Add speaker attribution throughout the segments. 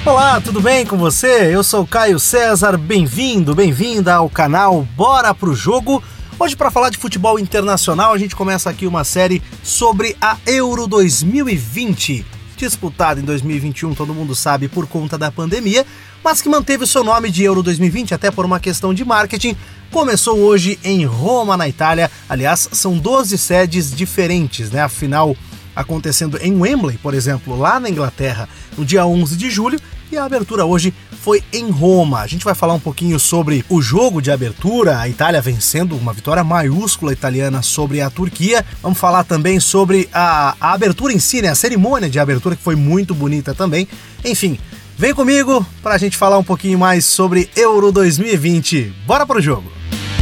Speaker 1: Olá, tudo bem com você? Eu sou o Caio César, bem-vinda ao canal Bora Pro Jogo. Hoje, para falar de futebol internacional, a gente começa aqui uma série sobre a Euro 2020, disputada em 2021, todo mundo sabe, por conta da pandemia, mas que manteve o seu nome de Euro 2020 até por uma questão de marketing. Começou hoje em Roma, na Itália. Aliás, são 12 sedes diferentes, né? A final acontecendo em Wembley, por exemplo, lá na Inglaterra, no dia 11 de julho, e a abertura hoje foi em Roma. A gente vai falar um pouquinho sobre o jogo de abertura, a Itália vencendo, uma vitória maiúscula italiana sobre a Turquia. Vamos falar também sobre a abertura em si, né? A cerimônia de abertura, que foi muito bonita também. Enfim, vem comigo para a gente falar um pouquinho mais sobre Euro 2020. Bora pro jogo!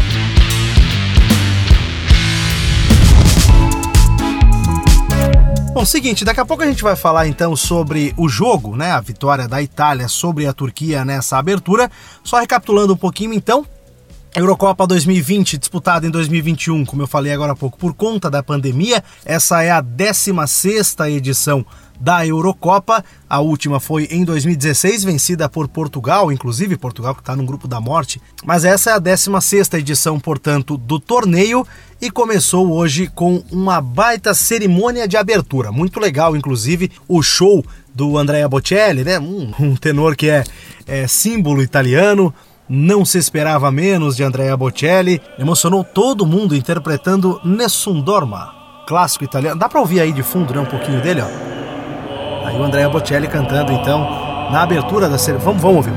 Speaker 1: Bom, seguinte, daqui a pouco a gente vai falar então sobre o jogo, né, a vitória da Itália sobre a Turquia nessa abertura. Só recapitulando um pouquinho então, Eurocopa 2020 disputada em 2021, como eu falei agora há pouco, por conta da pandemia. Essa é a 16ª edição da Eurocopa, a última foi em 2016, vencida por Portugal, inclusive Portugal que está no grupo da morte, mas essa é a 16ª edição, portanto, do torneio, e começou hoje com uma baita cerimônia de abertura, muito legal, inclusive o show do Andrea Bocelli, né? Um tenor que é símbolo italiano. Não se esperava menos de Andrea Bocelli, emocionou todo mundo interpretando Nessun Dorma, clássico italiano. Dá para ouvir aí de fundo, né, um pouquinho dele, ó. Aí o Andrea Bocelli cantando então na abertura da série. Vamos ouvir.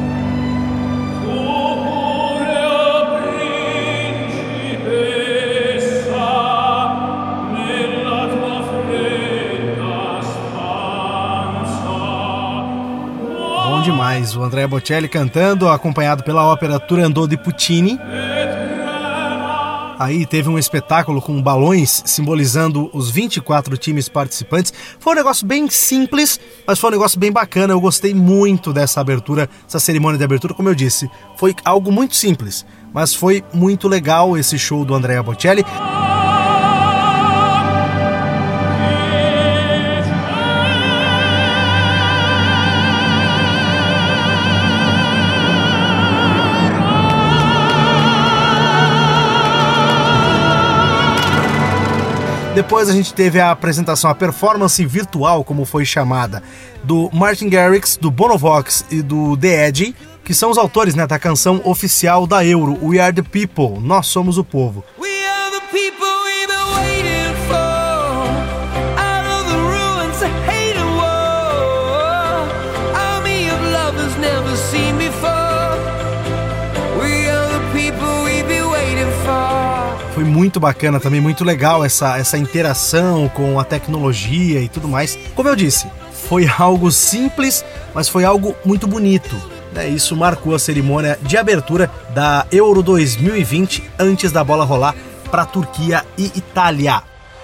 Speaker 1: Bom demais, o Andrea Bocelli cantando, acompanhado pela ópera Turandot di Puccini. Aí teve um espetáculo com balões simbolizando os 24 times participantes. Foi um negócio bem simples, mas foi um negócio bem bacana. Eu gostei muito dessa abertura, essa cerimônia de abertura. Como eu disse, foi algo muito simples, mas foi muito legal esse show do Andrea Bocelli. Depois a gente teve a apresentação, a performance virtual, como foi chamada, do Martin Garrix, do Bonovox e do The Edge, que são os autores, né, da canção oficial da Euro, We Are The People, Nós Somos o Povo. Foi muito bacana também, muito legal essa interação com a tecnologia e tudo mais. Como eu disse, foi algo simples, mas foi algo muito bonito, né? Isso marcou a cerimônia de abertura da Euro 2020, antes da bola rolar para Turquia e Itália.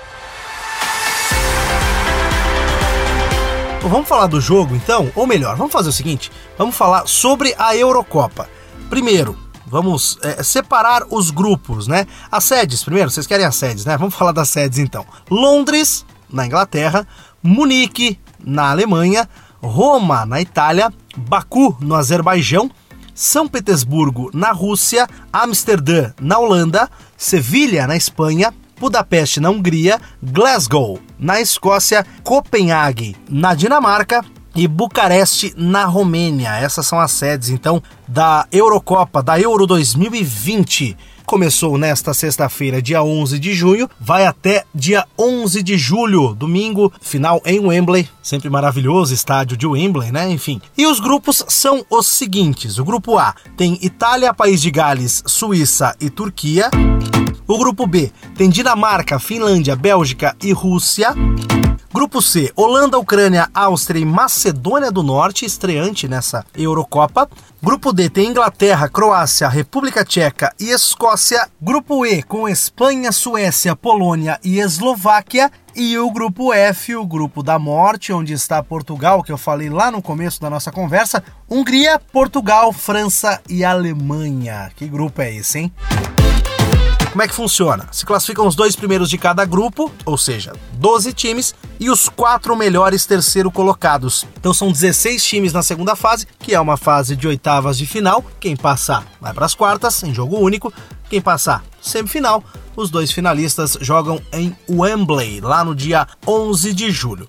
Speaker 1: Bom, vamos falar do jogo então? Ou melhor, vamos fazer o seguinte, vamos falar sobre a Eurocopa. Primeiro, vamos separar os grupos, né? As sedes, primeiro, vocês querem as sedes, né? Vamos falar das sedes então. Londres, na Inglaterra, Munique, na Alemanha, Roma, na Itália, Baku, no Azerbaijão, São Petersburgo, na Rússia, Amsterdã, na Holanda, Sevilha, na Espanha, Budapeste, na Hungria, Glasgow, na Escócia, Copenhague, na Dinamarca, e Bucareste, na Romênia. Essas são as sedes, então, da Eurocopa, da Euro 2020. Começou nesta sexta-feira, dia 11 de junho, vai até dia 11 de julho, domingo, final em Wembley, sempre maravilhoso, estádio de Wembley, né? Enfim. E os grupos são os seguintes. O grupo A tem Itália, País de Gales, Suíça e Turquia. O grupo B tem Dinamarca, Finlândia, Bélgica e Rússia. Grupo C, Holanda, Ucrânia, Áustria e Macedônia do Norte, estreante nessa Eurocopa. Grupo D tem Inglaterra, Croácia, República Tcheca e Escócia. Grupo E com Espanha, Suécia, Polônia e Eslováquia. E o grupo F, o grupo da morte, onde está Portugal, que eu falei lá no começo da nossa conversa. Hungria, Portugal, França e Alemanha. Que grupo é esse, hein? Como é que funciona? Se classificam os 2 primeiros de cada grupo, ou seja, 12 times, e os 4 melhores terceiro colocados. Então são 16 times na segunda fase, que é uma fase de oitavas de final. Quem passar vai para as quartas, em jogo único. Quem passar, semifinal. Os 2 finalistas jogam em Wembley, lá no dia 11 de julho.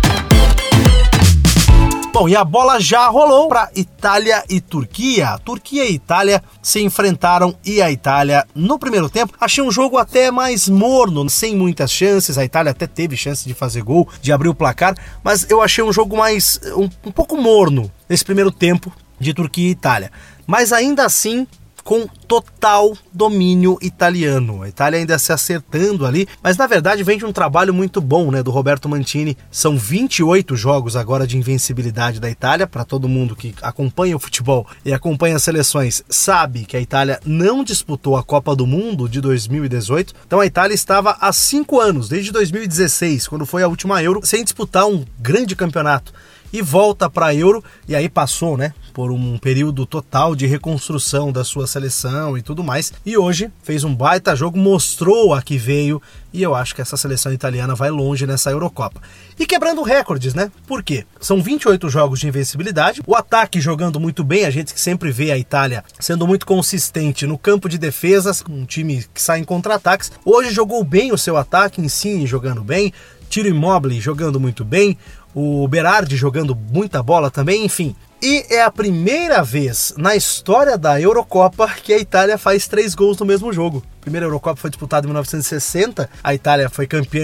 Speaker 1: Bom, e a bola já rolou para Itália e Turquia. Turquia e Itália se enfrentaram e a Itália, no primeiro tempo, achei um jogo até mais morno, sem muitas chances. A Itália até teve chance de fazer gol, de abrir o placar, mas eu achei um jogo mais um pouco morno nesse primeiro tempo de Turquia e Itália. Mas ainda assim, com total domínio italiano. A Itália ainda se acertando ali, mas na verdade vem de um trabalho muito bom, né, do Roberto Mancini. São 28 jogos agora de invencibilidade da Itália. Para todo mundo que acompanha o futebol e acompanha as seleções, sabe que a Itália não disputou a Copa do Mundo de 2018. Então a Itália estava há 5 anos, desde 2016, quando foi a última Euro, sem disputar um grande campeonato. E volta para a Euro, e aí passou, né, por um período total de reconstrução da sua seleção e tudo mais. E hoje fez um baita jogo, mostrou a que veio, e eu acho que essa seleção italiana vai longe nessa Eurocopa. E quebrando recordes, né? Por quê? São 28 jogos de invencibilidade, o ataque jogando muito bem, a gente que sempre vê a Itália sendo muito consistente no campo de defesas, um time que sai em contra-ataques. Hoje jogou bem o seu ataque, Insigne jogando bem, Ciro Immobile jogando muito bem, o Berardi jogando muita bola também, enfim. E é a primeira vez na história da Eurocopa que a Itália faz 3 gols no mesmo jogo. A primeira Eurocopa foi disputada em 1960, a Itália foi campeã em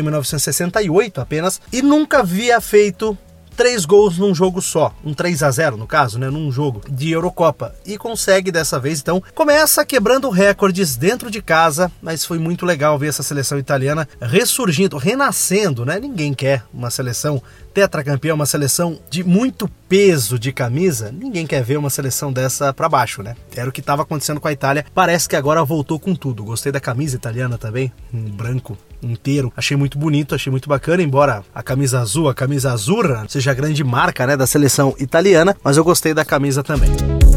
Speaker 1: 1968 apenas, e nunca havia feito 3 gols num jogo só, um 3-0 no caso, né, num jogo de Eurocopa, e consegue dessa vez. Então começa quebrando recordes dentro de casa, mas foi muito legal ver essa seleção italiana ressurgindo, renascendo, né? Ninguém quer uma seleção tetracampeã, uma seleção de muito peso de camisa, ninguém quer ver uma seleção dessa pra baixo, né? Era o que estava acontecendo com a Itália, parece que agora voltou com tudo. Gostei da camisa italiana também, um branco inteiro, achei muito bonito, achei muito bacana, embora a camisa azul, a camisa azzurra, seja a grande marca, né, da seleção italiana, mas eu gostei da camisa também.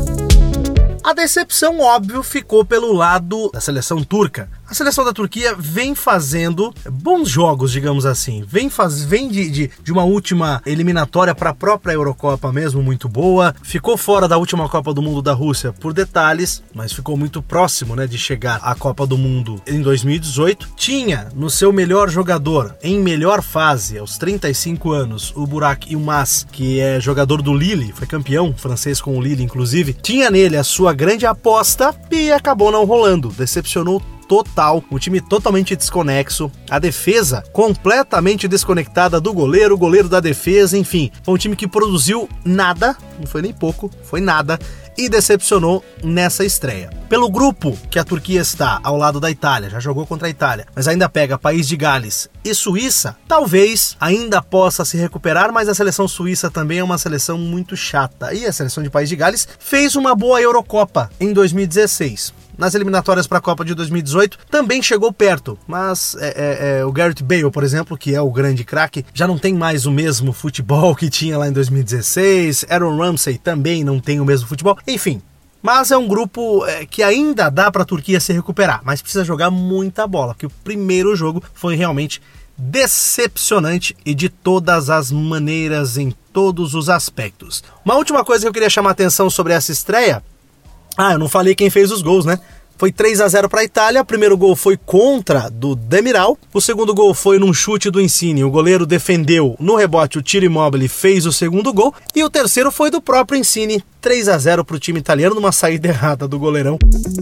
Speaker 1: A decepção, óbvio, ficou pelo lado da seleção turca. A seleção da Turquia vem fazendo bons jogos, digamos assim. Vem de uma última eliminatória para a própria Eurocopa mesmo, muito boa. Ficou fora da última Copa do Mundo da Rússia por detalhes, mas ficou muito próximo, né, de chegar à Copa do Mundo em 2018. Tinha no seu melhor jogador, em melhor fase, aos 35 anos, o Burak Yilmaz, que é jogador do Lille, foi campeão francês com o Lille, inclusive. Tinha nele a sua grande aposta e acabou não rolando. Decepcionou total, um time totalmente desconexo, a defesa completamente desconectada do goleiro, o goleiro da defesa, enfim, foi um time que produziu nada, não foi nem pouco, foi nada, e decepcionou nessa estreia. Pelo grupo que a Turquia está ao lado da Itália, já jogou contra a Itália, mas ainda pega País de Gales e Suíça, talvez ainda possa se recuperar, mas a seleção suíça também é uma seleção muito chata, e a seleção de País de Gales fez uma boa Eurocopa em 2016. Nas eliminatórias para a Copa de 2018 também chegou perto, mas o Gareth Bale, por exemplo, que é o grande craque, já não tem mais o mesmo futebol que tinha lá em 2016. Aaron Ramsey também não tem o mesmo futebol. Enfim, mas é um grupo que ainda dá para a Turquia se recuperar, mas precisa jogar muita bola, porque o primeiro jogo foi realmente decepcionante e de todas as maneiras, em todos os aspectos. Uma última coisa que eu queria chamar a atenção sobre essa estreia. Eu não falei quem fez os gols, né? Foi 3-0 para a Itália, o primeiro gol foi contra do Demiral, o segundo gol foi num chute do Insigne, o goleiro defendeu, no rebote o Ciro Immobile fez o segundo gol, e o terceiro foi do próprio Insigne, 3-0 para o time italiano, numa saída errada do goleirão.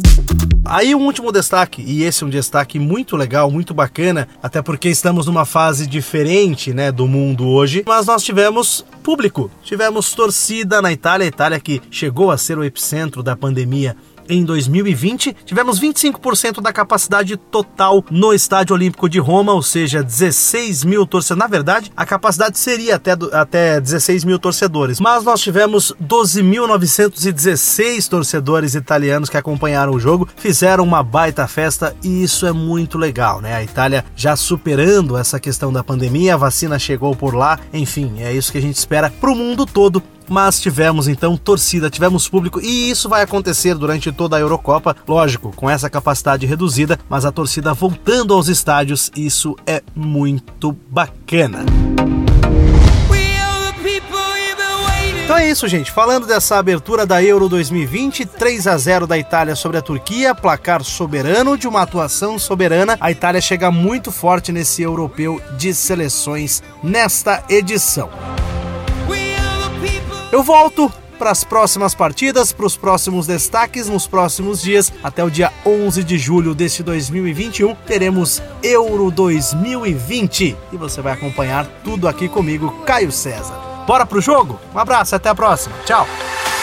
Speaker 1: Aí um último destaque, e esse é um destaque muito legal, muito bacana, até porque estamos numa fase diferente, né, do mundo hoje, mas nós tivemos público, tivemos torcida na Itália, a Itália que chegou a ser o epicentro da pandemia em 2020, tivemos 25% da capacidade total no Estádio Olímpico de Roma, ou seja, 16 mil torcedores. Na verdade, a capacidade seria até 16 mil torcedores, mas nós tivemos 12.916 torcedores italianos que acompanharam o jogo, fizeram uma baita festa e isso é muito legal, né? A Itália já superando essa questão da pandemia, a vacina chegou por lá, enfim, é isso que a gente espera para o mundo todo mas tivemos então torcida, tivemos público, e isso vai acontecer durante toda a Eurocopa, lógico, com essa capacidade reduzida, mas a torcida voltando aos estádios, isso é muito bacana. Então é isso, gente. Falando dessa abertura da Euro 2020, 3-0 da Itália sobre a Turquia, placar soberano de uma atuação soberana. A Itália chega muito forte nesse europeu de seleções nesta edição. Eu volto para as próximas partidas, para os próximos destaques nos próximos dias. Até o dia 11 de julho deste 2021, teremos Euro 2020 e você vai acompanhar tudo aqui comigo, Caio César. Bora pro jogo? Um abraço, até a próxima. Tchau!